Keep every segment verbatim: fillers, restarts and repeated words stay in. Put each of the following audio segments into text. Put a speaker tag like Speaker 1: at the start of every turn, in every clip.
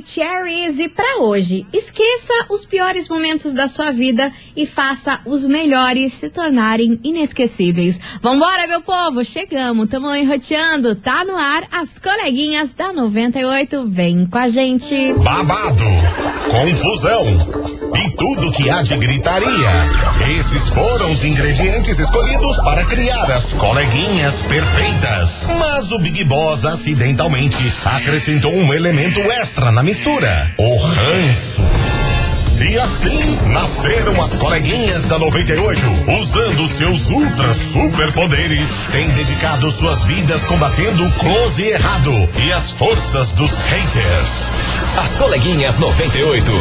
Speaker 1: Maravicheries. E pra hoje, esqueça os piores momentos da sua vida e faça os melhores se tornarem inesquecíveis. Vambora, meu povo, chegamos, tamo enroteando, tá no ar as coleguinhas da noventa e oito, vem com a gente.
Speaker 2: Babado, confusão e tudo que há de gritaria. Esses foram os ingredientes escolhidos para criar as coleguinhas perfeitas. Mas o Big Boss acidentalmente acrescentou um elemento extra na mistura: o ranço. E assim nasceram as coleguinhas da noventa e oito, usando seus ultra superpoderes, têm dedicado suas vidas combatendo o close e errado e as forças dos haters.
Speaker 3: As coleguinhas noventa e oito.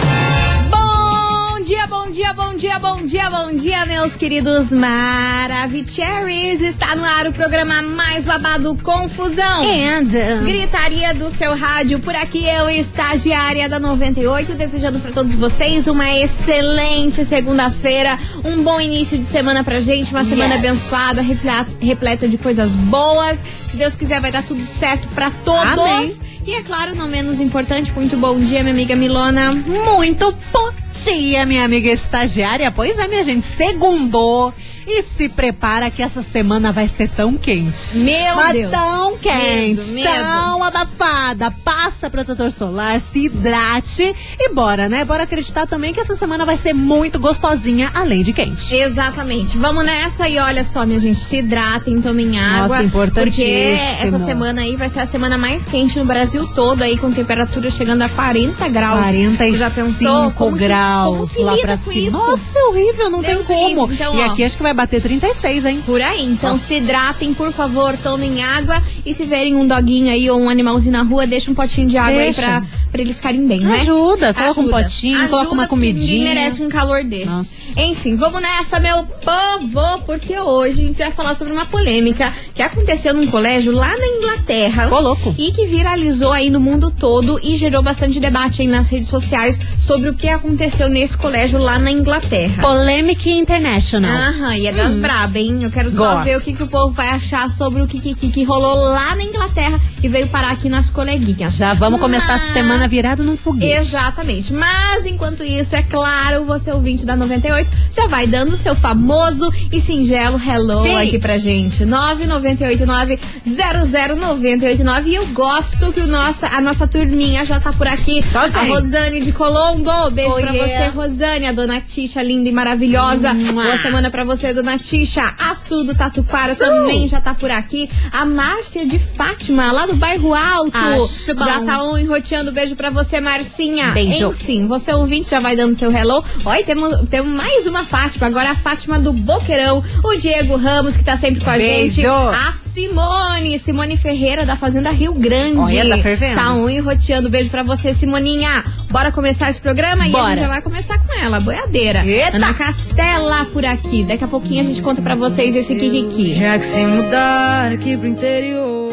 Speaker 1: Bom dia, bom dia, bom dia, bom dia, bom dia, meus queridos Maravicheries. Está no ar o programa mais babado, Confusão
Speaker 4: And
Speaker 1: gritaria do seu rádio. Por aqui eu, estagiária da noventa e oito, desejando para todos vocês uma excelente segunda-feira, um bom início de semana pra gente, uma semana yes. abençoada, repleta de coisas boas. Se Deus quiser vai dar tudo certo pra todos. Amém. E é claro, não menos importante, muito bom dia, minha amiga Milona.
Speaker 4: Muito bom dia, minha amiga estagiária. Pois é, minha gente, segundou. E se prepara que essa semana vai ser tão quente.
Speaker 1: Meu
Speaker 4: Mas
Speaker 1: Deus.
Speaker 4: tão quente,
Speaker 1: medo,
Speaker 4: tão
Speaker 1: medo.
Speaker 4: abafada. Passa protetor solar, se hidrate e bora, né? Bora acreditar também que essa semana vai ser muito gostosinha, além de quente.
Speaker 1: Exatamente. Vamos nessa e olha só, minha gente, se hidratem, tomem água.
Speaker 4: Nossa, importantíssimo.
Speaker 1: Porque essa semana aí vai ser a semana mais quente no Brasil todo, aí com temperatura chegando a quarenta graus.
Speaker 4: quarenta e cinco
Speaker 1: já pensou? Como
Speaker 4: graus
Speaker 1: que, como
Speaker 4: lá
Speaker 1: que
Speaker 4: pra
Speaker 1: com
Speaker 4: cima.
Speaker 1: isso?
Speaker 4: Nossa, é horrível, não
Speaker 1: Deus
Speaker 4: tem como.
Speaker 1: livre. Então,
Speaker 4: e
Speaker 1: ó,
Speaker 4: aqui acho que vai bater trinta e seis, hein?
Speaker 1: Por aí. Então
Speaker 4: Nossa.
Speaker 1: se hidratem, por favor, tomem água. E se verem um doguinho aí ou um animalzinho na rua, deixa um potinho de água
Speaker 4: Deixa.
Speaker 1: aí pra, pra eles ficarem bem, né?
Speaker 4: Ajuda, coloca um
Speaker 1: Ajuda.
Speaker 4: potinho,
Speaker 1: Ajuda,
Speaker 4: coloca uma comidinha.
Speaker 1: Ninguém merece um calor desse.
Speaker 4: Nossa.
Speaker 1: Enfim, vamos nessa, meu povo, porque hoje a gente vai falar sobre uma polêmica que aconteceu num colégio lá na Inglaterra.
Speaker 4: Ô, louco.
Speaker 1: E que viralizou aí no mundo todo e gerou bastante debate aí nas redes sociais sobre o que aconteceu nesse colégio lá na Inglaterra.
Speaker 4: Polêmica International.
Speaker 1: Aham, e é das hum. braba, hein? Eu quero só
Speaker 4: Gosto.
Speaker 1: ver o que, que o povo vai achar sobre o que, que, que, que rolou lá na Inglaterra e veio parar aqui nas coleguinhas.
Speaker 4: Já vamos
Speaker 1: Mas...
Speaker 4: começar a semana virado num foguete.
Speaker 1: Exatamente. Mas, enquanto isso, é claro, você ouvinte da noventa e oito já vai dando o seu famoso e singelo hello Sim. aqui pra gente. nove nove oito nove zero zero nove oito nove. E eu gosto que o nossa, a nossa turminha já tá por aqui.
Speaker 4: Só
Speaker 1: a
Speaker 4: vem.
Speaker 1: Rosane de Colombo. Beijo
Speaker 4: oh,
Speaker 1: pra
Speaker 4: yeah.
Speaker 1: você, Rosane. A dona Tisha, linda e maravilhosa.
Speaker 4: Mua.
Speaker 1: Boa semana pra você, dona Tisha. A Su do Tatuquara Su. também já tá por aqui. A Márcia de Fátima, lá do Bairro Alto.
Speaker 4: Acho
Speaker 1: já
Speaker 4: bom.
Speaker 1: tá um enroteando. Beijo pra você, Marcinha.
Speaker 4: Beijo.
Speaker 1: Enfim, você ouvinte já vai dando seu hello. Olha, temos, temos mais uma Fátima. Agora a Fátima do Boqueirão. O Diego Ramos, que tá sempre com a
Speaker 4: Beijo.
Speaker 1: gente. A Simone. Simone Ferreira, da Fazenda Rio Grande.
Speaker 4: Olha, tá fervendo.
Speaker 1: Tá um enroteando. Beijo pra você, Simoninha. Bora começar esse programa?
Speaker 4: Bora.
Speaker 1: E a gente já vai começar com ela, boiadeira.
Speaker 4: Eita.
Speaker 1: Ana Castela por aqui. Daqui a pouquinho a gente conta pra vocês esse Kikiki.
Speaker 5: Já que se mudar aqui pro interior.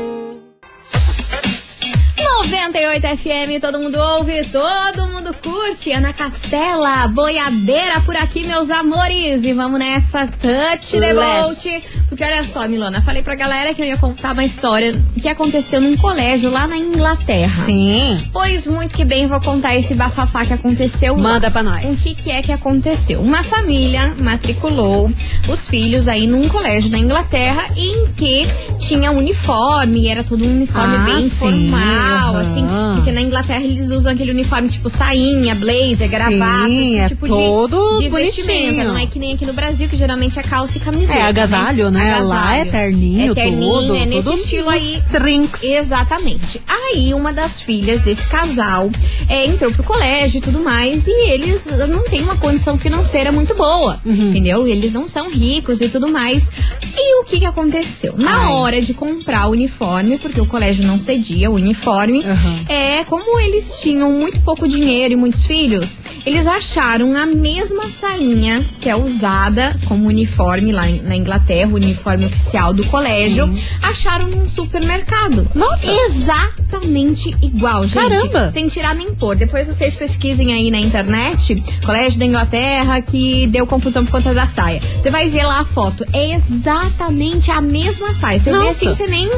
Speaker 1: noventa e oito F M, todo mundo ouve, todo mundo curte. Ana Castela, boiadeira por aqui, meus amores. E vamos nessa, touch the boat. Porque olha só, Milona, falei pra galera que eu ia contar uma história que aconteceu num colégio lá na Inglaterra.
Speaker 4: Sim.
Speaker 1: Pois muito que bem, vou contar esse bafafá que aconteceu.
Speaker 4: Manda pra nós.
Speaker 1: O que, que é que aconteceu? Uma família matriculou os filhos aí num colégio na Inglaterra em que tinha uniforme, era todo um uniforme
Speaker 4: ah,
Speaker 1: bem
Speaker 4: sim,
Speaker 1: formal,
Speaker 4: uhum.
Speaker 1: assim, porque na Inglaterra eles usam aquele uniforme tipo sainha, blazer, gravata,
Speaker 4: sim,
Speaker 1: esse
Speaker 4: é
Speaker 1: tipo
Speaker 4: todo
Speaker 1: de, de vestimenta. Não é que nem aqui no Brasil, que geralmente é calça e camiseta.
Speaker 4: É agasalho, né?
Speaker 1: Agasalho.
Speaker 4: Lá é terninho,
Speaker 1: é terninho,
Speaker 4: tudo,
Speaker 1: é nesse
Speaker 4: tudo
Speaker 1: estilo aí.
Speaker 4: Trinks.
Speaker 1: Exatamente. Aí uma das filhas desse casal é, entrou pro colégio e tudo mais, e eles não têm uma condição financeira muito boa,
Speaker 4: uhum.
Speaker 1: entendeu? Eles não são ricos e tudo mais. E o que que aconteceu? Na
Speaker 4: Ai.
Speaker 1: hora de comprar o uniforme, porque o colégio não cedia o uniforme,
Speaker 4: uhum.
Speaker 1: é, como eles tinham muito pouco dinheiro e muitos filhos, eles acharam a mesma sainha que é usada como uniforme lá na Inglaterra, o uniforme oficial do colégio, uhum. acharam num supermercado.
Speaker 4: Nossa!
Speaker 1: Exatamente igual, gente.
Speaker 4: Caramba!
Speaker 1: Sem tirar nem pôr. Depois vocês pesquisem aí na internet, colégio da Inglaterra que deu confusão por conta da saia. Você vai ver lá a foto. É exatamente a mesma saia. Você vê assim, você nem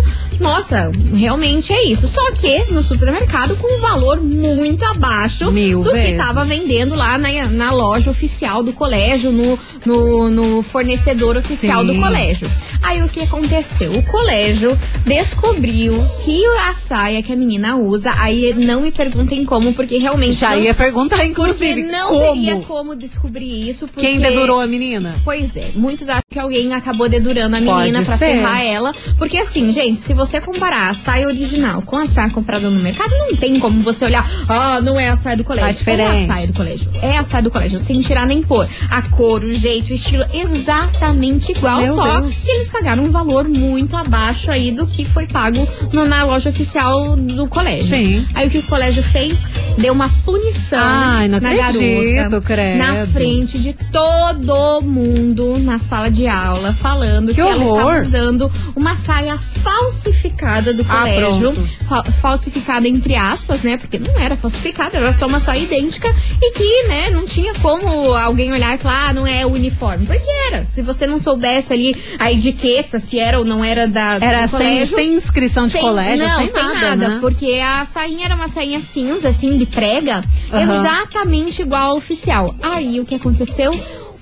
Speaker 1: nossa, realmente é isso. Só que no supermercado com um valor muito abaixo
Speaker 4: Mil
Speaker 1: do
Speaker 4: vezes.
Speaker 1: que tava vendendo lá na, na loja oficial do colégio, no, no, no fornecedor oficial
Speaker 4: Sim.
Speaker 1: do colégio. Aí o que aconteceu? O colégio descobriu que a saia que a menina usa, aí não me perguntem como, porque realmente
Speaker 4: Já
Speaker 1: não,
Speaker 4: ia perguntar,
Speaker 1: porque
Speaker 4: inclusive,
Speaker 1: não
Speaker 4: como?
Speaker 1: teria como descobrir isso. Porque,
Speaker 4: Quem dedurou a menina?
Speaker 1: Pois é, muitos acham que alguém acabou dedurando a menina
Speaker 4: Pode
Speaker 1: pra
Speaker 4: ser.
Speaker 1: ferrar ela. Porque assim, gente, se você comparar a saia original com a saia comprada no mercado, não tem como você olhar, ah, não é a saia do colégio.
Speaker 4: Tá diferente.
Speaker 1: É a saia do colégio. É a saia do colégio, sem tirar nem pôr. A cor, o jeito, o estilo, exatamente igual,
Speaker 4: Meu
Speaker 1: só
Speaker 4: Deus.
Speaker 1: que eles pagaram um valor muito abaixo aí do que foi pago no- na loja oficial do colégio.
Speaker 4: Sim.
Speaker 1: Aí o que o colégio fez? Deu uma punição
Speaker 4: Ai, não
Speaker 1: na
Speaker 4: acredito,
Speaker 1: garota,
Speaker 4: credo.
Speaker 1: na frente de todo mundo na sala de aula, falando que,
Speaker 4: Que
Speaker 1: ela estava
Speaker 4: horror.
Speaker 1: usando uma saia falsificada do
Speaker 4: Ah,
Speaker 1: colégio.
Speaker 4: pronto.
Speaker 1: Fa- falsificada entre aspas, né? Porque não era falsificada, era só uma saia idêntica e que, né, não tinha como alguém olhar e falar, ah, não é o uniforme. Porque era. Se você não soubesse ali a etiqueta, se era ou não era da
Speaker 4: Era
Speaker 1: do
Speaker 4: sem,
Speaker 1: colégio,
Speaker 4: sem inscrição de
Speaker 1: sem-
Speaker 4: colégio,
Speaker 1: não,
Speaker 4: sem, nada, né?
Speaker 1: porque a sainha era uma sainha cinza, assim, de prega,
Speaker 4: Aham.
Speaker 1: exatamente igual ao oficial. Aí, o que aconteceu?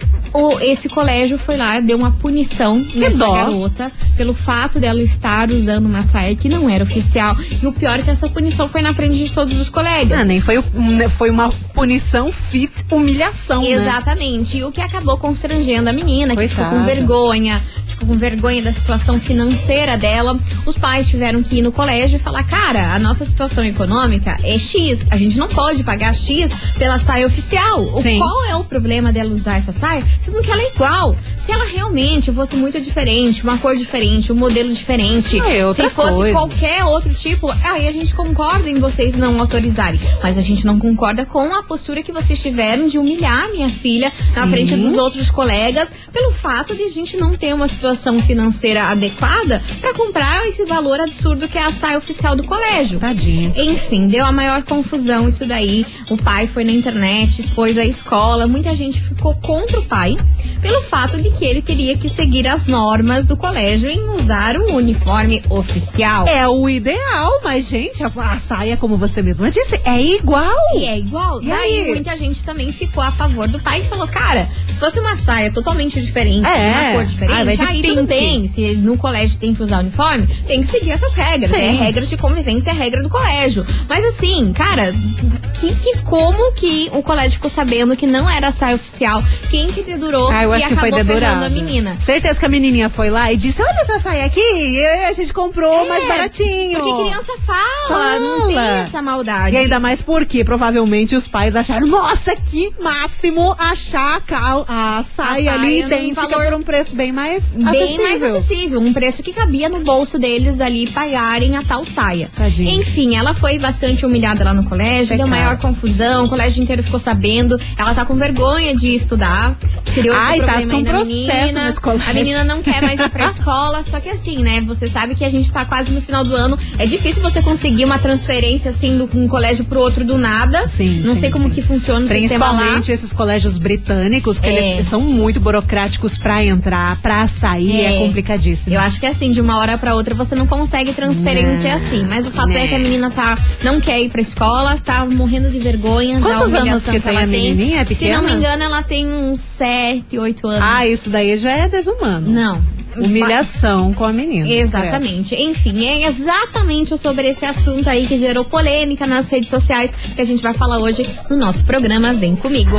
Speaker 1: O, esse colégio foi lá, deu uma punição nessa
Speaker 4: dó.
Speaker 1: garota pelo fato dela estar usando uma saia que não era oficial. E o pior é que essa punição foi na frente de todos os colegas.
Speaker 4: Ah, nem foi, o- né, foi uma punição fit humilhação, né?
Speaker 1: Exatamente. E o que acabou constrangendo a menina, que ficou com
Speaker 4: Coitada.
Speaker 1: vergonha, ficou com vergonha da situação financeira dela. Os pais tiveram que ir no colégio e falar, cara, a nossa situação econômica é X, a gente não pode pagar X pela saia oficial. O,
Speaker 4: Sim.
Speaker 1: qual é o problema dela usar essa saia? Sendo que ela é igual. Se ela realmente fosse muito diferente, uma cor diferente, um modelo diferente,
Speaker 4: Ah, é outra
Speaker 1: se fosse
Speaker 4: coisa.
Speaker 1: qualquer outro tipo, aí a gente concorda em vocês não autorizarem. Mas a gente não concorda com a postura que vocês tiveram de humilhar minha filha na
Speaker 4: Sim.
Speaker 1: frente dos outros colegas pelo fato de a gente não ter uma situação financeira adequada pra comprar esse valor absurdo que é a saia oficial do colégio.
Speaker 4: Tadinha.
Speaker 1: Enfim, deu a maior confusão isso daí. O pai foi na internet, expôs a escola. Muita gente ficou contra o pai pelo fato de que ele teria que seguir as normas do colégio em usar o uniforme oficial.
Speaker 4: É o ideal, mas, gente, a, a saia, como você mesma disse, é igual.
Speaker 1: E é igual.
Speaker 4: E
Speaker 1: Daí
Speaker 4: aí?
Speaker 1: muita gente também ficou a favor do pai e falou, cara, se fosse uma saia totalmente diferente,
Speaker 4: É.
Speaker 1: uma cor diferente,
Speaker 4: Ah, vai de
Speaker 1: aí
Speaker 4: pink.
Speaker 1: tudo bem. Se no colégio tem que usar uniforme, tem que seguir essas regras.
Speaker 4: Sim.
Speaker 1: É regra de convivência, é regra do colégio. Mas assim, cara, que, que, como que o colégio ficou sabendo que não era a saia oficial? Quem que dedurou
Speaker 4: Ah, eu
Speaker 1: e
Speaker 4: acho que foi
Speaker 1: acabou ferrando
Speaker 4: dedurado.
Speaker 1: a menina?
Speaker 4: Certeza que a menininha foi lá e disse, olha essa saia aqui, e a gente comprou mais baratinho.
Speaker 1: É, Porque criança fala, não tem
Speaker 4: Fala.
Speaker 1: essa maldade.
Speaker 4: E ainda mais porque provavelmente os pais acharam, nossa, que máximo achar a, cal- a saia
Speaker 1: A
Speaker 4: ali
Speaker 1: saia num
Speaker 4: idêntica
Speaker 1: valor
Speaker 4: por um preço bem mais
Speaker 1: Bem
Speaker 4: acessível.
Speaker 1: mais acessível, um preço que cabia no bolso deles ali pagarem a tal saia.
Speaker 4: Tadinha.
Speaker 1: Enfim, ela foi bastante humilhada lá no colégio,
Speaker 4: Pecado.
Speaker 1: deu maior confusão, o colégio inteiro ficou sabendo, ela tá com vergonha de estudar, criou
Speaker 4: Ai,
Speaker 1: esse
Speaker 4: tá
Speaker 1: problema
Speaker 4: com
Speaker 1: aí na
Speaker 4: processo
Speaker 1: menina.
Speaker 4: nesse colégio.
Speaker 1: A menina não quer mais ir pra escola, só que assim, né, você sabe que a gente tá quase no final do ano, é difícil você conseguir uma transferência assim de um colégio pro outro do nada.
Speaker 4: Sim,
Speaker 1: não
Speaker 4: sim,
Speaker 1: sei como
Speaker 4: sim.
Speaker 1: que funciona o sistema lá.
Speaker 4: Principalmente esses colégios britânicos, que
Speaker 1: É.
Speaker 4: eles são muito burocráticos pra entrar, pra sair, é,
Speaker 1: É.
Speaker 4: complicadíssimo.
Speaker 1: Eu acho que assim, de uma hora pra outra você não consegue transferência
Speaker 4: Não,
Speaker 1: assim. Mas o fato
Speaker 4: não.
Speaker 1: é que a menina tá, não quer ir pra escola, tá morrendo de vergonha da
Speaker 4: Quantos
Speaker 1: humilhação
Speaker 4: anos que tem
Speaker 1: ela
Speaker 4: a menininha? É
Speaker 1: Se não
Speaker 4: pequena?
Speaker 1: me engano, ela tem uns sete, oito anos.
Speaker 4: Ah, isso daí já é desumano.
Speaker 1: Não.
Speaker 4: Humilhação com a menina.
Speaker 1: Exatamente. Enfim, é exatamente sobre esse assunto aí que gerou polêmica nas redes sociais que a gente vai falar hoje no nosso programa Vem Comigo.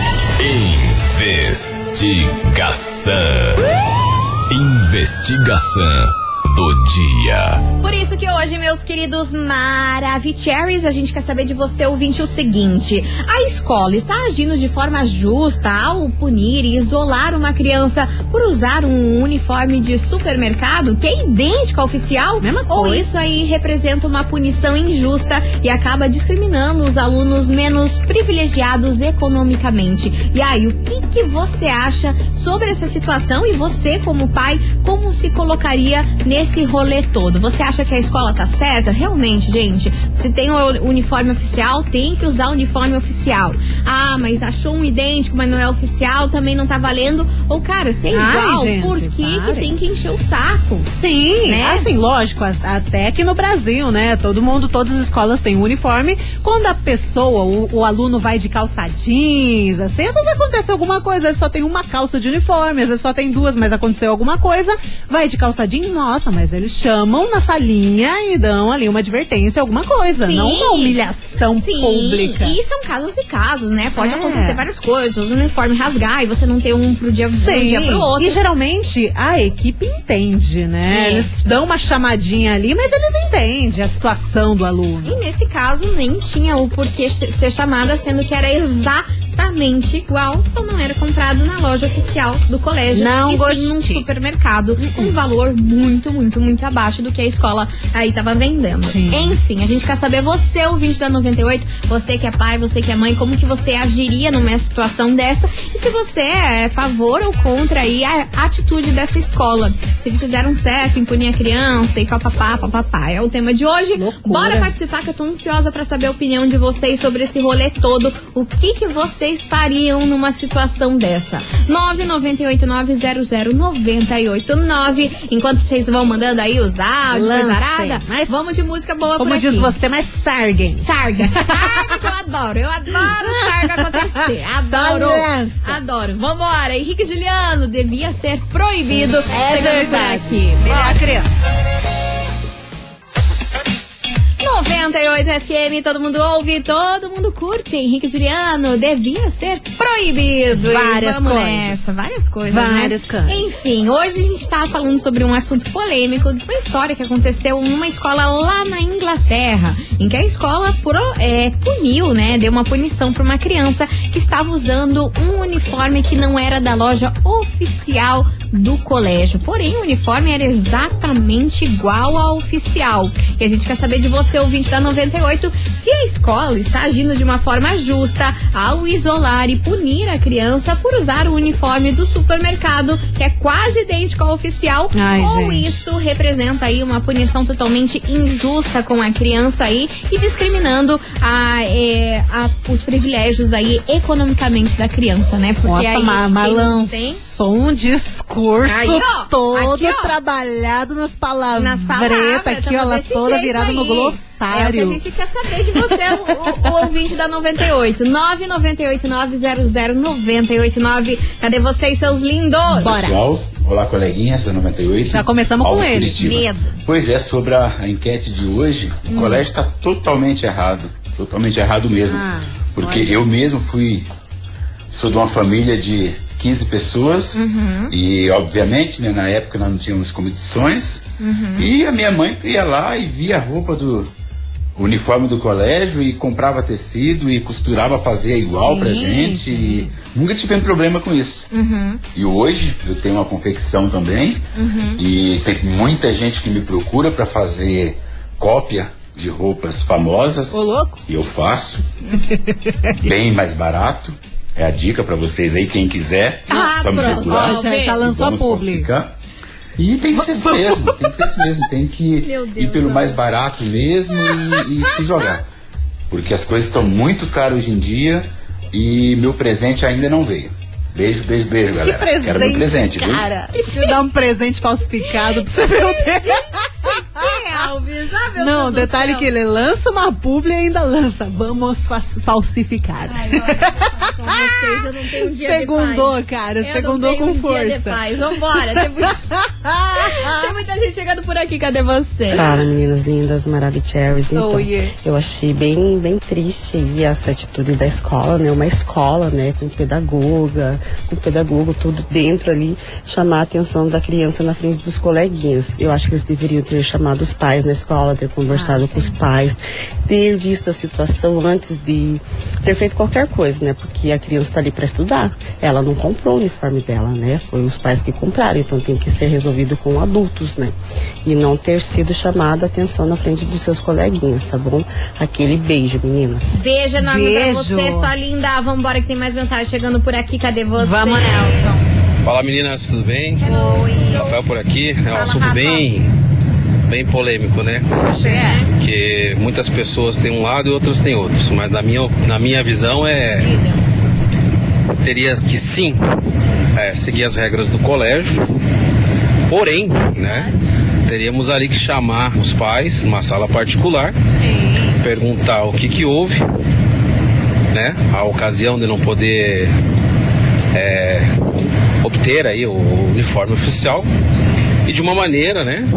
Speaker 3: Investigação. Investigação do dia.
Speaker 1: Por isso que hoje, meus queridos Maravicheries, a gente quer saber de você, ouvinte, o seguinte: a escola está agindo de forma justa ao punir e isolar uma criança por usar um uniforme de supermercado que é idêntico ao oficial?
Speaker 4: Mesma
Speaker 1: Ou
Speaker 4: coisa.
Speaker 1: isso aí representa uma punição injusta e acaba discriminando os alunos menos privilegiados economicamente? E aí, o que, que você acha sobre essa situação? E você, como pai, como se colocaria nesse esse rolê todo? Você acha que a escola tá certa? Realmente, gente, se tem o uniforme oficial, tem que usar o uniforme oficial. Ah, mas achou um idêntico, mas não é oficial, também não tá valendo. Ou, cara, se é igual,
Speaker 4: Ai, gente,
Speaker 1: por que, que
Speaker 4: parem.
Speaker 1: tem que encher o saco?
Speaker 4: Sim,
Speaker 1: Né?
Speaker 4: assim, lógico, a- até aqui no Brasil, né? Todo mundo, todas as escolas têm um uniforme. Quando a pessoa, o, o aluno vai de calça jeans, assim, às vezes acontece alguma coisa, às vezes só tem uma calça de uniforme, às vezes só tem duas, mas aconteceu alguma coisa, vai de calça jeans, nossa, mas eles chamam na salinha e dão ali uma advertência, alguma coisa,
Speaker 1: Sim.
Speaker 4: não uma humilhação
Speaker 1: Sim,
Speaker 4: pública.
Speaker 1: e são casos e casos, né? Pode
Speaker 4: É.
Speaker 1: acontecer várias coisas, o uniforme rasgar e você não ter um pro dia, um
Speaker 4: Sim,
Speaker 1: dia pro outro.
Speaker 4: e geralmente a equipe entende, né?
Speaker 1: É.
Speaker 4: Eles dão uma chamadinha ali, mas eles entendem a situação do aluno.
Speaker 1: E nesse caso nem tinha o porquê ser chamada, sendo que era exatamente igual, só não era comprado na loja oficial do colégio.
Speaker 4: Não
Speaker 1: e sim num
Speaker 4: gostei.
Speaker 1: supermercado, um valor muito, muito, muito abaixo do que a escola aí tava vendendo.
Speaker 4: Sim.
Speaker 1: Enfim, a gente quer saber, você, ouvinte da noventa e oito, você que é pai, você que é mãe, como que você agiria numa situação dessa? E se você é a favor ou contra aí a atitude dessa escola? Se eles fizeram certo em punir a criança e papapá, papapá. É o tema de hoje.
Speaker 4: Loucura.
Speaker 1: Bora participar, que eu tô ansiosa pra saber a opinião de vocês sobre esse rolê todo. O que que vocês fariam numa situação dessa? nove nove oito nove zero zero nove oito nove. Enquanto vocês vão mandando aí os áudios,
Speaker 4: Lancem,
Speaker 1: coisa arada,
Speaker 4: mas
Speaker 1: vamos de música boa
Speaker 4: Como
Speaker 1: por
Speaker 4: diz
Speaker 1: aqui.
Speaker 4: você, mas sarguem.
Speaker 1: Sarga. Sarga que eu adoro. Eu adoro sarga acontecer. Adoro.
Speaker 4: Lança.
Speaker 1: Adoro. Vambora. Henrique e Juliano, devia ser proibido.
Speaker 4: É
Speaker 1: Chegando
Speaker 4: verdade.
Speaker 1: por aqui.
Speaker 4: Melhor criança.
Speaker 1: noventa e oito F M, todo mundo ouve, todo mundo curte. Henrique e Juliano, devia ser proibido.
Speaker 4: Várias
Speaker 1: E vamos
Speaker 4: coisas.
Speaker 1: nessa, várias coisas,
Speaker 4: Várias
Speaker 1: né?
Speaker 4: coisas.
Speaker 1: Enfim, hoje a gente tá falando sobre um assunto polêmico, de uma história que aconteceu numa escola lá na Inglaterra, em que a escola pro, é, puniu, né? Deu uma punição pra uma criança que estava usando um uniforme que não era da loja oficial do colégio. Porém, o uniforme era exatamente igual ao oficial. E a gente quer saber de você, ouvinte da noventa e oito, se a escola está agindo de uma forma justa ao isolar e punir a criança por usar o uniforme do supermercado, que é quase idêntico ao oficial,
Speaker 4: Ai,
Speaker 1: ou
Speaker 4: gente.
Speaker 1: isso representa aí uma punição totalmente injusta com a criança aí e discriminando a, é, a- os privilégios aí economicamente da criança, né? Porque
Speaker 4: Nossa,
Speaker 1: aí
Speaker 4: ma ma
Speaker 1: quem não
Speaker 4: lançou
Speaker 1: tem
Speaker 4: um discurso
Speaker 1: Aí, ó,
Speaker 4: todo
Speaker 1: aqui, ó.
Speaker 4: trabalhado nas palavras.
Speaker 1: nas palavras,
Speaker 4: aqui, ó,
Speaker 1: tamo
Speaker 4: ela
Speaker 1: desse
Speaker 4: toda
Speaker 1: jeito
Speaker 4: virada no
Speaker 1: aí.
Speaker 4: glossário.
Speaker 1: É o que a gente quer saber de você, o, o ouvinte da noventa e oito. nove nove oito nove zero zero nove oito nove. Cadê vocês, seus lindos?
Speaker 4: Bora.
Speaker 6: Pessoal, olá coleguinhas da noventa e oito.
Speaker 4: Já começamos
Speaker 6: Paulo
Speaker 4: com ele.
Speaker 6: Curitiba.
Speaker 1: Medo.
Speaker 6: Pois é, sobre a, a enquete de hoje, o colégio está totalmente errado. Totalmente errado mesmo.
Speaker 4: Ah,
Speaker 6: porque
Speaker 4: olha.
Speaker 6: eu mesmo fui. Sou de uma família de quinze pessoas. E, obviamente, né, na época nós não tínhamos condições. E a minha mãe ia lá e via a roupa do. O uniforme do colégio e comprava tecido e costurava, fazia igual
Speaker 1: Sim,
Speaker 6: pra gente. E nunca tivemos problema com isso.
Speaker 1: Uhum.
Speaker 6: E hoje eu tenho uma confecção também e tem muita gente que me procura para fazer cópia de roupas famosas.
Speaker 4: Ô, louco.
Speaker 6: E eu faço bem mais barato. É a dica para vocês aí, quem quiser,
Speaker 1: Ah,
Speaker 6: só me
Speaker 1: pronto.
Speaker 6: procurar.
Speaker 4: Ó, já, já
Speaker 6: E
Speaker 4: lançou a
Speaker 6: vamos
Speaker 4: publi.
Speaker 6: falsificar. E tem que ser esse mesmo, tem que ser esse mesmo, tem que
Speaker 1: Meu Deus,
Speaker 6: ir pelo
Speaker 1: amor.
Speaker 6: mais barato mesmo e, e se jogar. Porque as coisas estão muito caras hoje em dia e meu presente ainda não veio. Beijo, beijo, beijo,
Speaker 4: Que
Speaker 6: galera.
Speaker 4: presente,
Speaker 6: Quero meu presente, viu?
Speaker 4: cara. Deixa eu dar um presente falsificado pra você ver o dele.
Speaker 1: Quem é, Alves? Ah, meu
Speaker 4: Não,
Speaker 1: Deus do
Speaker 4: detalhe
Speaker 1: céu.
Speaker 4: que ele lança uma publi e ainda lança. Vamos fa- falsificar.
Speaker 1: Ai, olha, com vocês, eu não tenho um dia de
Speaker 4: Segundou,
Speaker 1: paz.
Speaker 4: cara.
Speaker 1: Eu
Speaker 4: Segundou
Speaker 1: não tenho
Speaker 4: com
Speaker 1: um dia de
Speaker 4: força.
Speaker 1: paz. Vambora. Tem, mu- tem muita gente chegando por aqui. Cadê você?
Speaker 7: Fala, meninas lindas, maravilhosas. Então,
Speaker 4: Oh, yeah.
Speaker 7: eu achei bem, bem triste aí essa atitude da escola, né? Uma escola, né? Com pedagoga, com pedagogo, tudo dentro ali, chamar a atenção da criança na frente dos coleguinhas. Eu acho que eles deveriam ter chamado os pais na escola, ter conversado
Speaker 4: Ah,
Speaker 7: com os pais, ter visto a situação antes de ter feito qualquer coisa, né? Porque a criança está ali para estudar. Ela não comprou o uniforme dela, né? Foi os pais que compraram, então tem que ser resolvido com adultos, né? E não ter sido chamado a atenção na frente dos seus coleguinhas, tá bom? Aquele beijo, meninas.
Speaker 1: Beijo enorme
Speaker 4: Beijo.
Speaker 1: pra você, sua linda. Vambora que tem mais mensagem chegando por aqui. Cadê você?
Speaker 4: Vamos, Nelson.
Speaker 8: Fala meninas, tudo bem?
Speaker 1: Oi.
Speaker 8: Rafael por aqui. É um
Speaker 1: Fala,
Speaker 8: assunto
Speaker 1: Rafa.
Speaker 8: bem, bem polêmico, né?
Speaker 1: É.
Speaker 8: Que muitas pessoas têm um lado e outras têm outros. Mas na minha, na minha visão é. Teria que sim é, seguir as regras do colégio. Porém, né? Teríamos ali que chamar os pais numa sala particular,
Speaker 4: Sim.
Speaker 8: perguntar o que que houve, né? A ocasião de não poder é, obter aí o uniforme oficial e de uma maneira, né?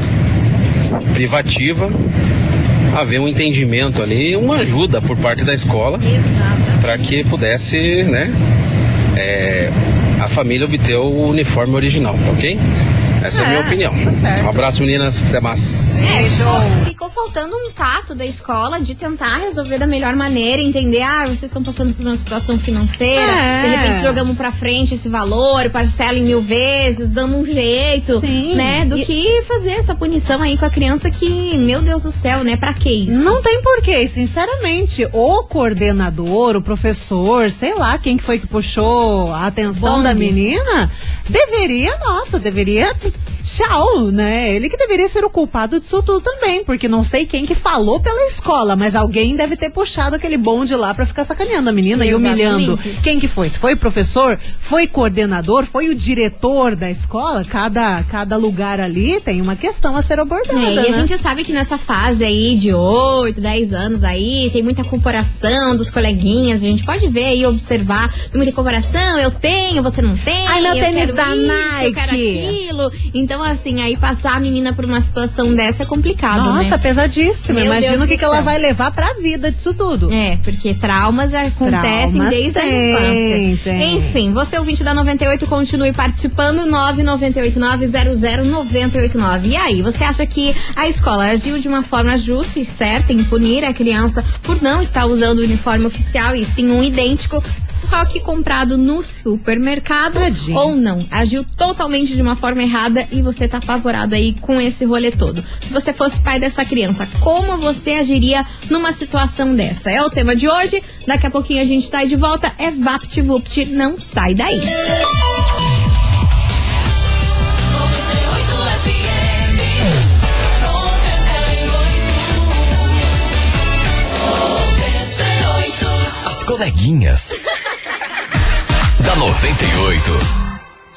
Speaker 8: Privativa, haver um entendimento ali, uma ajuda por parte da escola para que pudesse, né? É, a família obter o uniforme original, ok? Essa é, é a minha opinião.
Speaker 4: Tá certo.
Speaker 8: Um abraço, meninas. Até mais.
Speaker 1: É, ficou, ficou faltando um tato da escola de tentar resolver da melhor maneira, entender, ah, vocês estão passando por uma situação financeira,
Speaker 4: É.
Speaker 1: de repente jogamos pra frente esse valor, parcela em mil vezes, damos um jeito,
Speaker 4: Sim.
Speaker 1: né, do
Speaker 4: E-
Speaker 1: que fazer essa punição aí com a criança que, meu Deus do céu, né, pra que isso?
Speaker 4: Não tem porquê, sinceramente. O coordenador, o professor, sei lá quem que foi que puxou a atenção
Speaker 1: Bonde.
Speaker 4: da menina, deveria, nossa, deveria. Tchau, né? Ele que deveria ser o culpado disso tudo também, porque não sei quem que falou pela escola, mas alguém deve ter puxado aquele bonde lá pra ficar sacaneando a menina
Speaker 1: Exatamente.
Speaker 4: e humilhando. Quem que foi? Foi o professor? Foi coordenador? Foi o diretor da escola? Cada, cada lugar ali tem uma questão a ser abordada,
Speaker 1: É, e
Speaker 4: né?
Speaker 1: a gente sabe que nessa fase aí de oito, dez anos aí, tem muita comparação dos coleguinhas, a gente pode ver aí, observar, tem muita comparação, eu tenho, você não tem,
Speaker 4: Ai, meu
Speaker 1: eu
Speaker 4: tênis
Speaker 1: quero
Speaker 4: da
Speaker 1: isso,
Speaker 4: Nike.
Speaker 1: eu quero aquilo. Então, assim, aí passar a menina por uma situação dessa é complicado,
Speaker 4: Nossa,
Speaker 1: né?
Speaker 4: pesadíssimo.
Speaker 1: Meu
Speaker 4: Imagina
Speaker 1: Deus
Speaker 4: o que,
Speaker 1: do
Speaker 4: que ela
Speaker 1: céu.
Speaker 4: vai levar pra vida disso tudo.
Speaker 1: É, porque traumas acontecem
Speaker 4: Traumas
Speaker 1: desde
Speaker 4: tem,
Speaker 1: a infância.
Speaker 4: tem.
Speaker 1: Enfim, você ouvinte da noventa e oito, continue participando, nove nove oito nove zero zero nove oito nove. E aí, você acha que a escola agiu de uma forma justa e certa em punir a criança por não estar usando o uniforme oficial e sim um idêntico, só que comprado no supermercado?
Speaker 4: Tadinho.
Speaker 1: Ou não? Agiu totalmente de uma forma errada e você tá apavorado aí com esse rolê todo. Se você fosse pai dessa criança, como você agiria numa situação dessa? É o tema de hoje. Daqui a pouquinho a gente tá aí de volta. É VaptVupt, não sai daí.
Speaker 3: As coleguinhas. Da noventa e oito.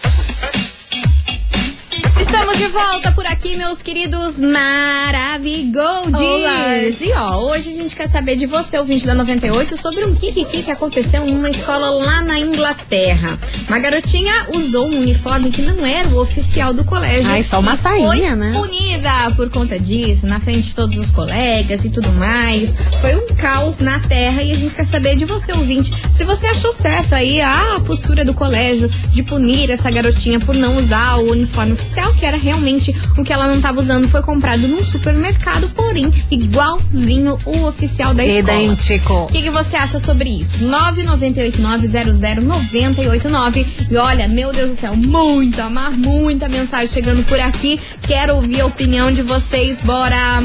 Speaker 1: Estamos de volta por aqui, meus queridos Maravigoldis. E ó, hoje a gente quer saber de você, ouvinte da noventa e oito, sobre um kikiki que aconteceu em uma escola lá na Inglaterra. Uma garotinha usou um uniforme que não era o oficial do colégio.
Speaker 4: Ai, só uma
Speaker 1: e
Speaker 4: sainha,
Speaker 1: foi
Speaker 4: né?
Speaker 1: punida por conta disso, na frente de todos os colegas e tudo mais. Foi um caos na terra e a gente quer saber de você, ouvinte, se você achou certo aí a postura do colégio de punir essa garotinha por não usar o uniforme oficial, que era realmente o que ela não estava usando. Foi comprado num supermercado, porém igualzinho o oficial da escola.
Speaker 4: Idêntico.
Speaker 1: O que, que você acha sobre isso? nove nove oito nove zero zero nove oito nove. E olha, meu Deus do céu, muita, mas muita mensagem chegando por aqui. Quero ouvir a opinião de vocês. Bora!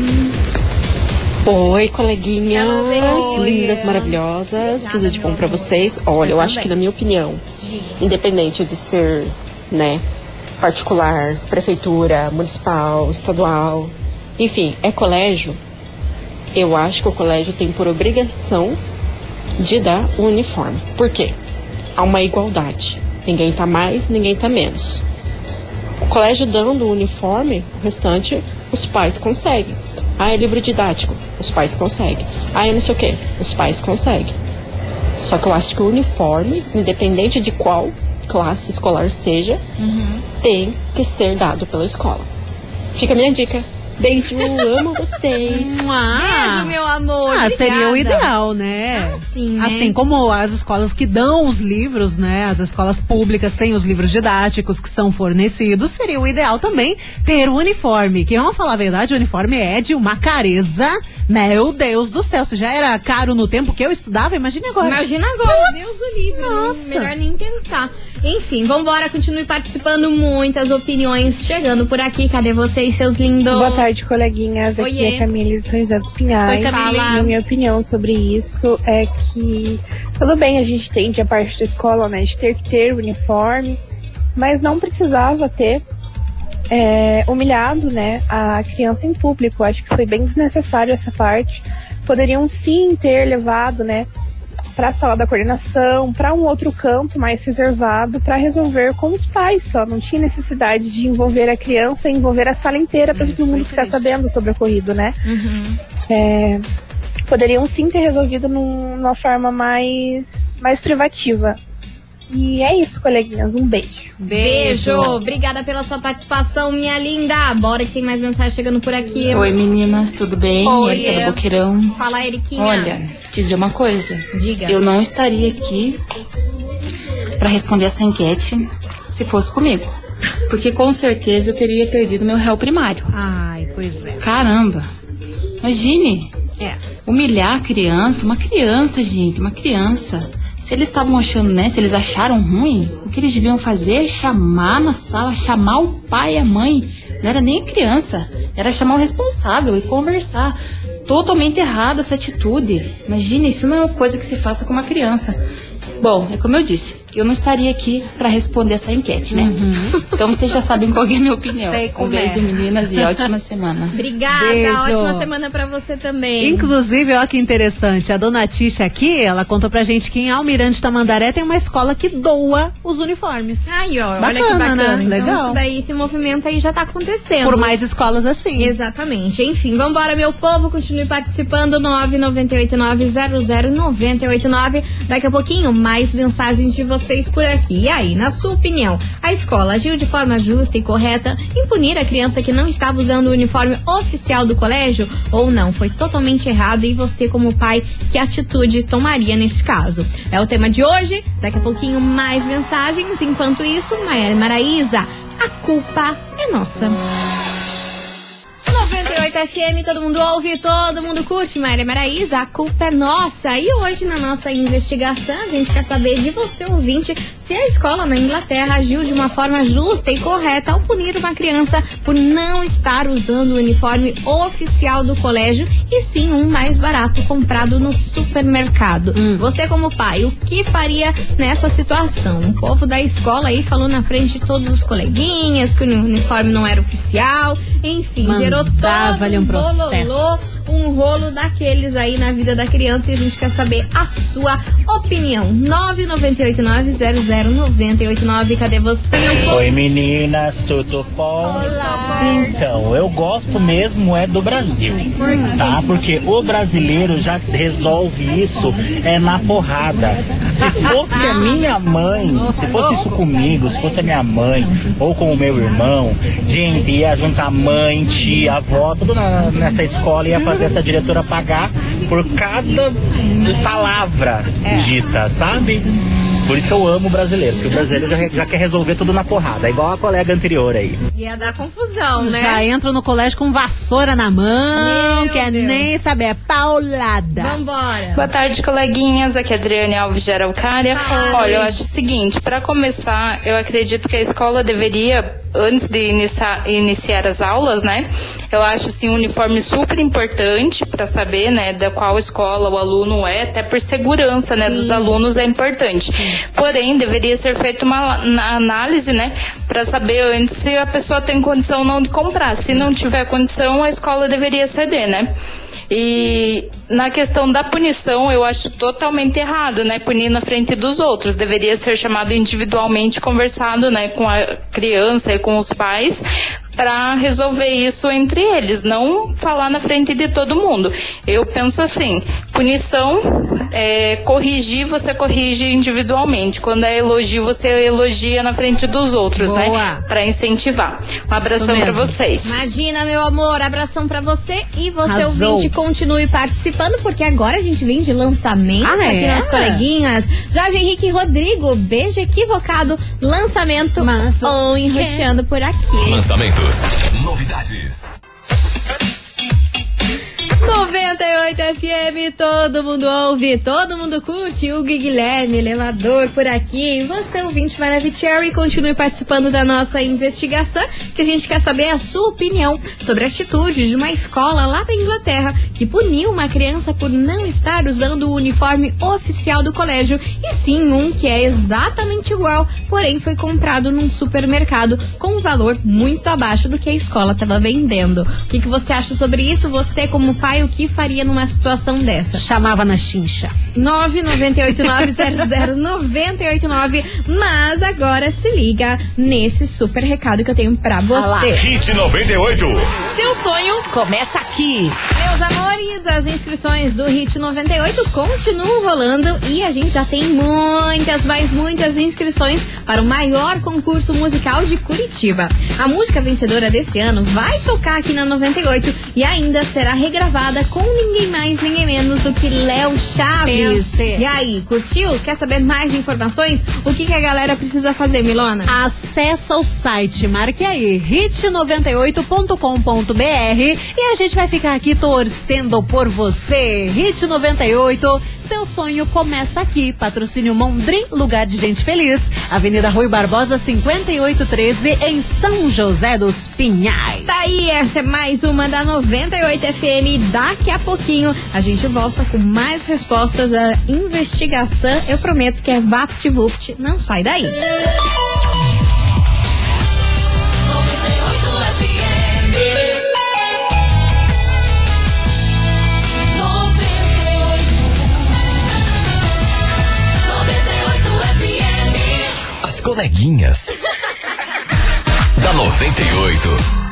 Speaker 9: Oi, coleguinhas,
Speaker 1: Hello,
Speaker 9: lindas,
Speaker 1: baby.
Speaker 9: maravilhosas,
Speaker 1: Obrigada,
Speaker 9: tudo de bom
Speaker 1: meu
Speaker 9: pra
Speaker 1: amor.
Speaker 9: vocês. Olha, eu
Speaker 1: Você
Speaker 9: acho
Speaker 1: também.
Speaker 9: que na minha opinião, independente de ser, né, particular, prefeitura, municipal, estadual, enfim, é colégio, eu acho que o colégio tem por obrigação de dar o uniforme. Por quê? Há uma igualdade. Ninguém tá mais, ninguém tá menos. O colégio dando o uniforme, o restante, os pais conseguem. Ah, é livro didático, os pais conseguem. Ah, é não sei o quê, os pais conseguem. Só que eu acho que o uniforme, independente de qual classe escolar seja, tem que ser dado pela escola. Fica a minha dica. Beijo, amo vocês.
Speaker 1: Beijo, meu amor.
Speaker 4: Ah,
Speaker 1: Obrigada.
Speaker 4: seria o ideal, né?
Speaker 1: Ah, sim, né?
Speaker 4: Assim como as escolas que dão os livros, né? As escolas públicas têm os livros didáticos que são fornecidos, seria o ideal também ter o uniforme. Que, vamos falar a verdade, o uniforme é de uma careza. Meu Deus do céu, se já era caro no tempo que eu estudava, imagine agora.
Speaker 1: Imagina agora, Deus do livre.
Speaker 4: Nossa.
Speaker 1: Melhor nem pensar. Enfim, vambora, continue participando. Muitas opiniões chegando por aqui. Cadê vocês, seus lindos?
Speaker 10: Boa tarde, coleguinhas. Aqui
Speaker 1: Oiê.
Speaker 10: é a Camille de São José dos Pinhais.
Speaker 1: Oi, Camille.
Speaker 10: E a minha opinião sobre isso é que tudo bem, a gente tem de a parte da escola, né, de ter que ter o uniforme, mas não precisava ter é, humilhado, né, a criança em público. Acho que foi bem desnecessário essa parte. Poderiam sim ter levado, né, para a sala da coordenação, para um outro canto mais reservado, para resolver com os pais só. Não tinha necessidade de envolver a criança e envolver a sala inteira para todo mundo ficar sabendo sobre o ocorrido, né?
Speaker 1: Uhum.
Speaker 10: É, poderiam sim ter resolvido num, numa forma mais, mais privativa. E é isso, coleguinhas. Um beijo.
Speaker 1: Beijo. Obrigada pela sua participação, minha linda. Bora que tem mais mensagem chegando por aqui.
Speaker 11: Oi, meninas, tudo bem?
Speaker 1: Oi,
Speaker 11: Erika do Boqueirão.
Speaker 1: Fala, Eriquinha.
Speaker 11: Olha, te dizer uma coisa.
Speaker 1: Diga.
Speaker 11: Eu não estaria aqui pra responder essa enquete se fosse comigo. Porque com certeza eu teria perdido meu réu primário.
Speaker 4: Ai, pois é.
Speaker 11: Caramba. Imagine.
Speaker 4: É.
Speaker 11: Humilhar a criança, uma criança, gente, uma criança. Se eles estavam achando, né, se eles acharam ruim, o que eles deviam fazer é chamar na sala, chamar o pai e a mãe. Não era nem a criança, era chamar o responsável e conversar. Totalmente errada essa atitude. Imagina, isso não é uma coisa que se faça com uma criança. Bom, é como eu disse, eu não estaria aqui para responder essa enquete, né? Uhum. Então vocês já sabem qual é a minha opinião.
Speaker 4: Sei
Speaker 11: um beijo,
Speaker 4: é.
Speaker 11: meninas, e ótima semana.
Speaker 1: Obrigada,
Speaker 4: Beijo.
Speaker 1: ótima semana pra você também.
Speaker 4: Inclusive, olha que interessante, a dona Tisha aqui, ela contou pra gente que em Almirante Tamandaré tem uma escola que doa os uniformes.
Speaker 1: Ai, ó,
Speaker 4: bacana,
Speaker 1: olha que bacana.
Speaker 4: Né?
Speaker 1: Então,
Speaker 4: Legal.
Speaker 1: isso daí, esse movimento aí já tá acontecendo.
Speaker 4: Por mais escolas assim.
Speaker 1: Exatamente. Enfim, vambora, meu povo, continue participando, nove nove oito nove zero zero nove oito nove. Daqui a pouquinho, mais mensagens de vocês por aqui. E aí, na sua opinião, a escola agiu de forma justa e correta em punir a criança que não estava usando o uniforme oficial do colégio? Ou não? Foi totalmente errado e você, como pai, que atitude tomaria nesse caso? É o tema de hoje. Daqui a pouquinho, mais mensagens. Enquanto isso, Maiara e Maraísa, a culpa é nossa. noventa e oito F M, todo mundo ouve, todo mundo curte. Maíra e Maraísa, a culpa é nossa. E hoje, na nossa investigação, a gente quer saber de você, ouvinte, se a escola na Inglaterra agiu de uma forma justa e correta ao punir uma criança por não estar usando o uniforme oficial do colégio e sim um mais barato comprado no supermercado. Hum. Você, como pai, o que faria nessa situação? O povo da escola aí falou na frente de todos os coleguinhas que o uniforme não era oficial. Enfim,
Speaker 4: Mandava
Speaker 1: gerou todo
Speaker 4: um
Speaker 1: um
Speaker 4: processo.
Speaker 1: bololô, um rolo daqueles aí na vida da criança, e a gente quer saber a sua opinião. nove nove oito nove zero zero nove oito nove. Cadê você, meu povo?
Speaker 12: Oi, meninas, tudo bom?
Speaker 1: Olá.
Speaker 12: Então, eu gosto mesmo é do Brasil, tá? Porque o brasileiro já resolve isso é na porrada. Se fosse a minha mãe, se fosse isso comigo, se fosse a minha mãe ou com o meu irmão, gente, ia juntar mãe, tia, avó, tudo na, nessa escola, ia fazer essa diretora pagar por cada palavra dita, sabe? Por isso que eu amo o brasileiro, porque o brasileiro já, já quer resolver tudo na porrada, igual a colega anterior aí.
Speaker 1: Ia dar confusão, né?
Speaker 4: Já entro no colégio com vassoura na mão,
Speaker 1: Meu
Speaker 4: quer
Speaker 1: Deus.
Speaker 4: nem saber, é paulada.
Speaker 1: Vambora.
Speaker 13: Boa tarde, coleguinhas. Aqui é Adriane Alves de Araucária.
Speaker 1: Ai.
Speaker 13: Olha, eu acho o seguinte, para começar, eu acredito que a escola deveria, antes de iniciar, iniciar as aulas, né? Eu acho assim um uniforme super importante para saber, né, da qual escola o aluno é, até por segurança, né, dos alunos é importante. Porém, deveria ser feita uma análise, né, para saber antes se a pessoa tem condição ou não de comprar. Se não tiver condição, a escola deveria ceder, né? E na questão da punição, eu acho totalmente errado, né? Punir na frente dos outros. Deveria ser chamado individualmente, conversado, né, com a criança e com os pais, para resolver isso entre eles, não falar na frente de todo mundo. Eu penso assim, punição, é, corrigir, você corrige individualmente. Quando é elogio, você elogia na frente dos outros,
Speaker 1: Boa.
Speaker 13: né? Para incentivar. Um abração para vocês.
Speaker 1: Imagina, meu amor, abração pra você. E você,
Speaker 13: Arrasou.
Speaker 1: ouvinte, continue participando, porque agora a gente vem de lançamento
Speaker 4: Ah,
Speaker 1: aqui
Speaker 4: é?
Speaker 1: nas coleguinhas. Jorge Henrique e Rodrigo, beijo equivocado, lançamento
Speaker 4: Manso.
Speaker 1: ou enroteando por aqui.
Speaker 3: Lançamentos. Novidades.
Speaker 1: noventa e oito F M, todo mundo ouve, todo mundo curte. O Guilherme, elevador por aqui. E você, ouvinte Maravicherry, continue participando da nossa investigação, que a gente quer saber a sua opinião sobre a atitude de uma escola lá da Inglaterra que puniu uma criança por não estar usando o uniforme oficial do colégio, e sim um que é exatamente igual, porém foi comprado num supermercado com um valor muito abaixo do que a escola estava vendendo. O que, que você acha sobre isso? Você, como pai, o que faria numa situação dessa?
Speaker 4: Chamava na chincha.
Speaker 1: nove nove oito nove zero zero nove oito nove. Mas agora se liga nesse super recado que eu tenho pra você.
Speaker 2: Hit noventa e oito.
Speaker 1: Seu sonho começa aqui. Meus amores, as inscrições do Hit noventa e oito continuam rolando e a gente já tem muitas, mas muitas inscrições para o maior concurso musical de Curitiba. A música vencedora desse ano vai tocar aqui na noventa e oito e ainda será regravada com ninguém mais, ninguém menos do que Léo Chaves.
Speaker 4: Pense.
Speaker 1: E aí, curtiu? Quer saber mais informações? O que, que a galera precisa fazer, Milona?
Speaker 4: Acessa o site, marque aí, hit noventa e oito ponto com ponto b r e a gente vai ficar aqui torcendo por você. Hit noventa e oito, seu sonho começa aqui. Patrocínio Mondrim, lugar de gente feliz. Avenida Rui Barbosa, cinquenta e oito treze, em São José dos Pinhais.
Speaker 1: Tá aí, essa é mais uma da noventa e oito F M. Daqui a pouquinho a gente volta com mais respostas da investigação. Eu prometo que é VaptVupt. Não sai daí.
Speaker 3: As coleguinhas da noventa e oito.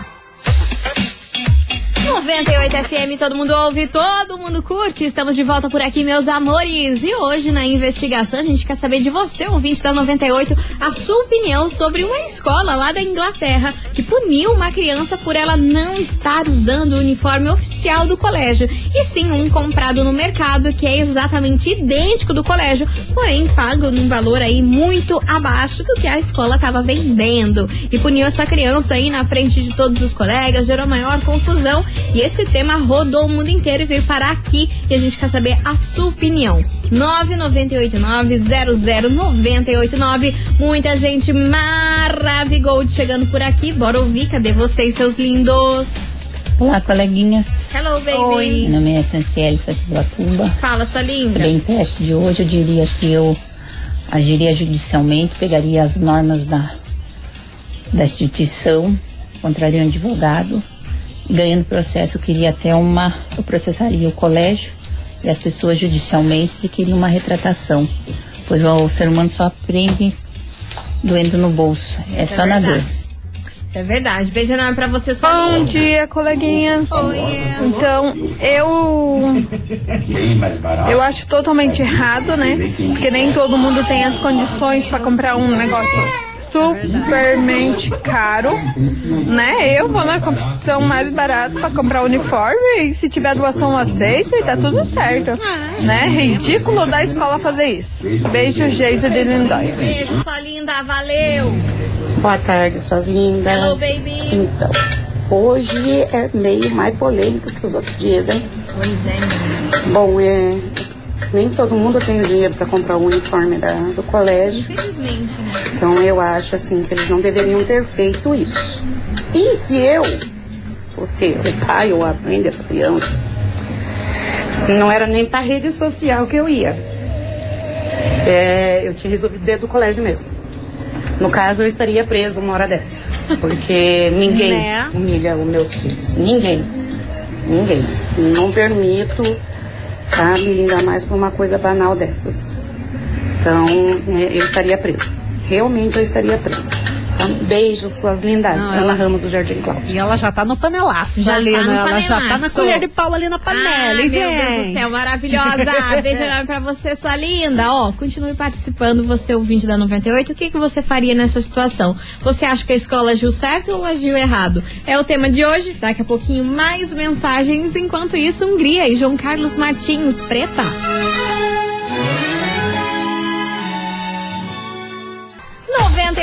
Speaker 1: noventa e oito F M, todo mundo ouve, todo mundo curte. Estamos de volta por aqui, meus amores. E hoje, na investigação, a gente quer saber de você, ouvinte da noventa e oito, a sua opinião sobre uma escola lá da Inglaterra que puniu uma criança por ela não estar usando o uniforme oficial do colégio. E sim, um comprado no mercado que é exatamente idêntico do colégio, porém pago num valor aí muito abaixo do que a escola estava vendendo. E puniu essa criança aí na frente de todos os colegas, gerou maior confusão. E esse tema rodou o mundo inteiro e veio parar aqui. E a gente quer saber a sua opinião. nove nove oito nove zero zero nove oito nove. Muita gente maravigold chegando por aqui. Bora ouvir. Cadê vocês, seus lindos?
Speaker 14: Olá, coleguinhas.
Speaker 1: Hello, baby.
Speaker 14: Oi. Meu nome é Franciele, sou aqui de Ubatuba.
Speaker 1: Fala, sua linda.
Speaker 14: Sobre a enquete de hoje, eu diria que eu agiria judicialmente, pegaria as normas da, da instituição, contraria um advogado. Ganhando processo, eu queria até uma. Eu processaria o colégio e as pessoas judicialmente se queriam uma retratação. Pois o ser humano só aprende doendo no bolso. É
Speaker 1: Isso
Speaker 14: só
Speaker 1: é
Speaker 14: na dor.
Speaker 1: Isso é verdade. Beijo enorme pra você, sua
Speaker 10: Bom
Speaker 1: linda.
Speaker 10: dia, coleguinhas.
Speaker 1: Oi.
Speaker 10: Então, eu. Eu acho totalmente errado, né? Porque nem todo mundo tem as condições pra comprar um negócio supermente caro, né? Eu vou na confecção mais barata pra comprar uniforme e se tiver doação aceita e tá tudo certo, né? Ridículo da escola fazer isso. Beijo, jeito de Lindóia.
Speaker 1: Beijo, sua linda. Valeu.
Speaker 15: Boa tarde, suas lindas.
Speaker 1: Hello, baby.
Speaker 15: Então, hoje é meio mais polêmico que os outros dias, hein?
Speaker 1: Pois é,
Speaker 15: Bom, é, nem todo mundo tem o dinheiro para comprar o uniforme da, do colégio.
Speaker 1: Infelizmente, né?
Speaker 15: Então eu acho assim que eles não deveriam ter feito isso. E se eu fosse o pai ou a mãe dessa criança, não era nem pra rede social que eu ia. É, eu tinha resolvido dentro do colégio mesmo. No caso, eu estaria preso uma hora dessa. Porque ninguém
Speaker 4: Né?
Speaker 15: humilha os meus filhos. Ninguém. Ninguém. Não permito, sabe? Ainda mais por uma coisa banal dessas. Então, é, eu estaria preso. Realmente eu estaria presa. Então, beijos, suas lindas.
Speaker 4: Não,
Speaker 15: Ana
Speaker 4: ela-
Speaker 15: Ramos do Jardim Cláudio.
Speaker 4: E ela já tá no panelaço,
Speaker 1: Já
Speaker 4: ali,
Speaker 1: tá no
Speaker 4: né? Ela já tá na
Speaker 1: panelaço.
Speaker 4: colher de pau ali na panela.
Speaker 1: Ai,
Speaker 4: e
Speaker 1: meu
Speaker 4: vem.
Speaker 1: Deus do céu, maravilhosa. Beijo enorme pra você, sua linda. Ó, continue participando, você ouvinte da noventa e oito. O que, que você faria nessa situação? Você acha que a escola agiu certo ou agiu errado? É o tema de hoje. Daqui a pouquinho mais mensagens. Enquanto isso, Hungria e João Carlos Martins, Preta. noventa e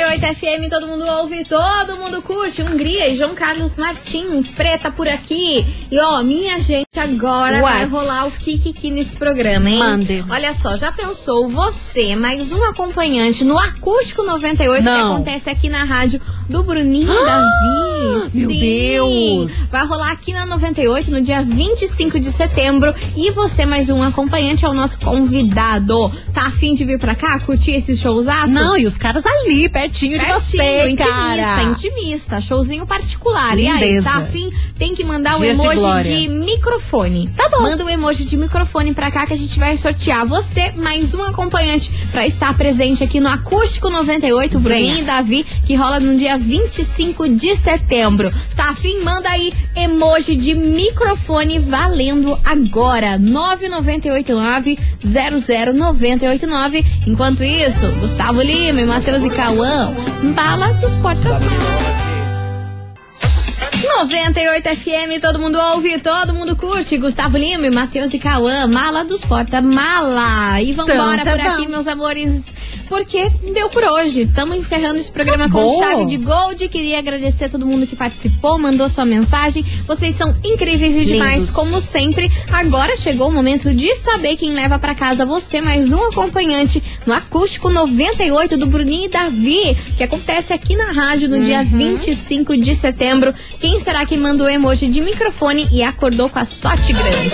Speaker 1: oito F M, todo mundo ouve, todo mundo curte. Hungria e João Carlos Martins, Preta por aqui. E ó, minha gente, agora
Speaker 4: What?
Speaker 1: vai rolar o Kikiki nesse programa, hein?
Speaker 4: Mande.
Speaker 1: Olha só, já pensou você, mais um acompanhante no Acústico noventa e oito
Speaker 4: Não.
Speaker 1: que acontece aqui na rádio do Bruninho ah, Davi?
Speaker 4: Meu
Speaker 1: Sim.
Speaker 4: Deus!
Speaker 1: Vai rolar aqui na noventa e oito no dia vinte e cinco de setembro. E você, mais um acompanhante, é o nosso convidado. Tá afim de vir pra cá, curtir esse showzaço?
Speaker 4: Não, e os caras ali, pertinho,
Speaker 1: Pertinho,
Speaker 4: de você,
Speaker 1: intimista,
Speaker 4: cara.
Speaker 1: intimista, showzinho particular.
Speaker 4: Lindeza.
Speaker 1: E aí, tá afim? Tem que mandar o
Speaker 4: Dias de
Speaker 1: emoji
Speaker 4: glória.
Speaker 1: de microfone.
Speaker 4: Tá bom.
Speaker 1: Manda o emoji de microfone pra cá que a gente vai sortear você, mais um acompanhante, pra estar presente aqui no Acústico noventa e oito, Bruninho e Davi, que rola no dia vinte e cinco de setembro. Tá afim? Manda aí emoji de microfone valendo agora. nove nove oito nove, zero zero nove oito nove. Enquanto isso, Gustavo Lima e Matheus e Cauã, bala dos portas-malas. noventa e oito F M, todo mundo ouve, todo mundo curte. Gustavo Lima e Matheus e Cauã, mala dos porta-mala. E vambora
Speaker 4: Então, tá
Speaker 1: por aqui,
Speaker 4: bom.
Speaker 1: meus amores, porque deu por hoje. Estamos encerrando esse programa com
Speaker 4: Acabou.
Speaker 1: chave de gold. Queria agradecer a todo mundo que participou, mandou sua mensagem. Vocês são incríveis e demais,
Speaker 4: Lindos.
Speaker 1: como sempre. Agora chegou o momento de saber quem leva pra casa você, mais um acompanhante no Acústico noventa e oito do Bruninho e Davi, que acontece aqui na rádio no
Speaker 4: Uhum.
Speaker 1: dia vinte e cinco de setembro. Quem será que mandou o emoji de microfone e acordou com a sorte grande?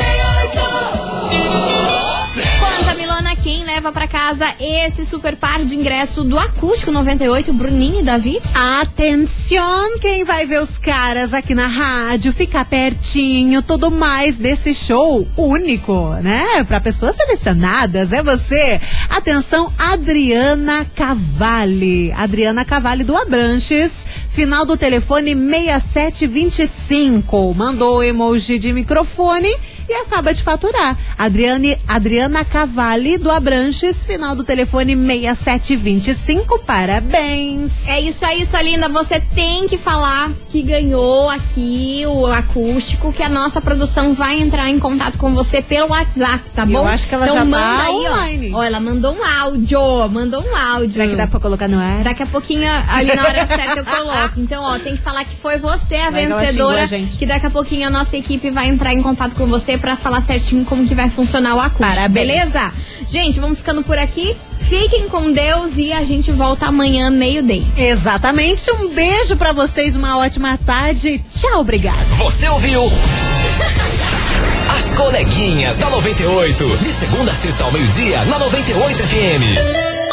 Speaker 1: Conta, Milona, quem leva pra casa esse super par de ingresso do Acústico noventa e oito, Bruninho e Davi?
Speaker 4: Atenção, quem vai ver os caras aqui na rádio, ficar pertinho, tudo mais desse show único, né? Pra pessoas selecionadas, é você. Atenção, Adriana Cavalli. Adriana Cavalli do Abranches, final do telefone seis sete dois cinco. Mandou o emoji de microfone e acaba de faturar. Adriane, Adriana Cavalli do Abranches, final do telefone seis sete dois cinco. Parabéns.
Speaker 1: É isso aí, sua linda. Você tem que falar que ganhou aqui o acústico, que a nossa produção vai entrar em contato com você pelo WhatsApp, tá bom?
Speaker 4: Eu acho que ela
Speaker 1: então
Speaker 4: já
Speaker 1: manda
Speaker 4: tá
Speaker 1: aí,
Speaker 4: online.
Speaker 1: ó. Ó, ela mandou um áudio, mandou um áudio.
Speaker 4: Será que dá pra colocar no ar?
Speaker 1: Daqui a pouquinho, ali na hora certa, eu coloco. Então, ó, tem que falar que foi você a
Speaker 4: Vai que ela
Speaker 1: vencedora,
Speaker 4: xingou a gente.
Speaker 1: que daqui a pouquinho a nossa equipe vai entrar em contato com você pra falar certinho como que vai funcionar o acústico.
Speaker 4: Parabéns.
Speaker 1: Beleza? Gente, vamos ficando por aqui. Fiquem com Deus e a gente volta amanhã, meio-dia.
Speaker 4: Exatamente. Um beijo pra vocês, uma ótima tarde. Tchau, obrigado.
Speaker 3: Você ouviu? As coleguinhas da noventa e oito. De segunda a sexta ao meio-dia, na noventa e oito F M.